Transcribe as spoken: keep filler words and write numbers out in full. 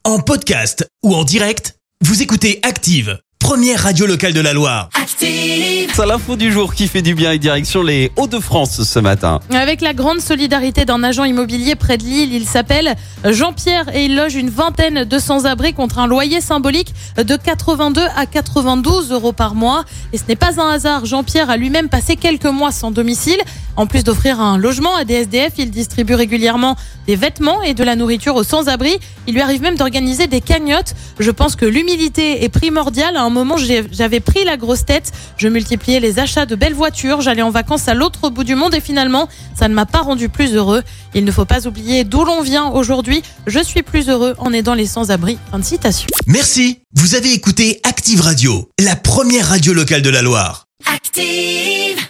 En podcast ou en direct, vous écoutez Active, première radio locale de la Loire. Active. C'est l'info du jour qui fait du bien et direction les Hauts-de-France ce matin. Avec la grande solidarité d'un agent immobilier près de Lille, il s'appelle Jean-Pierre et il loge une vingtaine de sans-abri contre un loyer symbolique de quatre-vingt-deux à quatre-vingt-douze euros par mois. Et ce n'est pas un hasard, Jean-Pierre a lui-même passé quelques mois sans domicile. En plus d'offrir un logement à des S D F, il distribue régulièrement des vêtements et de la nourriture aux sans-abri. Il lui arrive même d'organiser des cagnottes. Je pense que l'humilité est primordiale. À un moment, j'avais pris la grosse tête. Je multipliais les achats de belles voitures. J'allais en vacances à l'autre bout du monde et finalement, ça ne m'a pas rendu plus heureux. Il ne faut pas oublier d'où l'on vient aujourd'hui. Je suis plus heureux en aidant les sans-abri. Fin de citation. Merci. Vous avez écouté Active Radio, la première radio locale de la Loire. Active!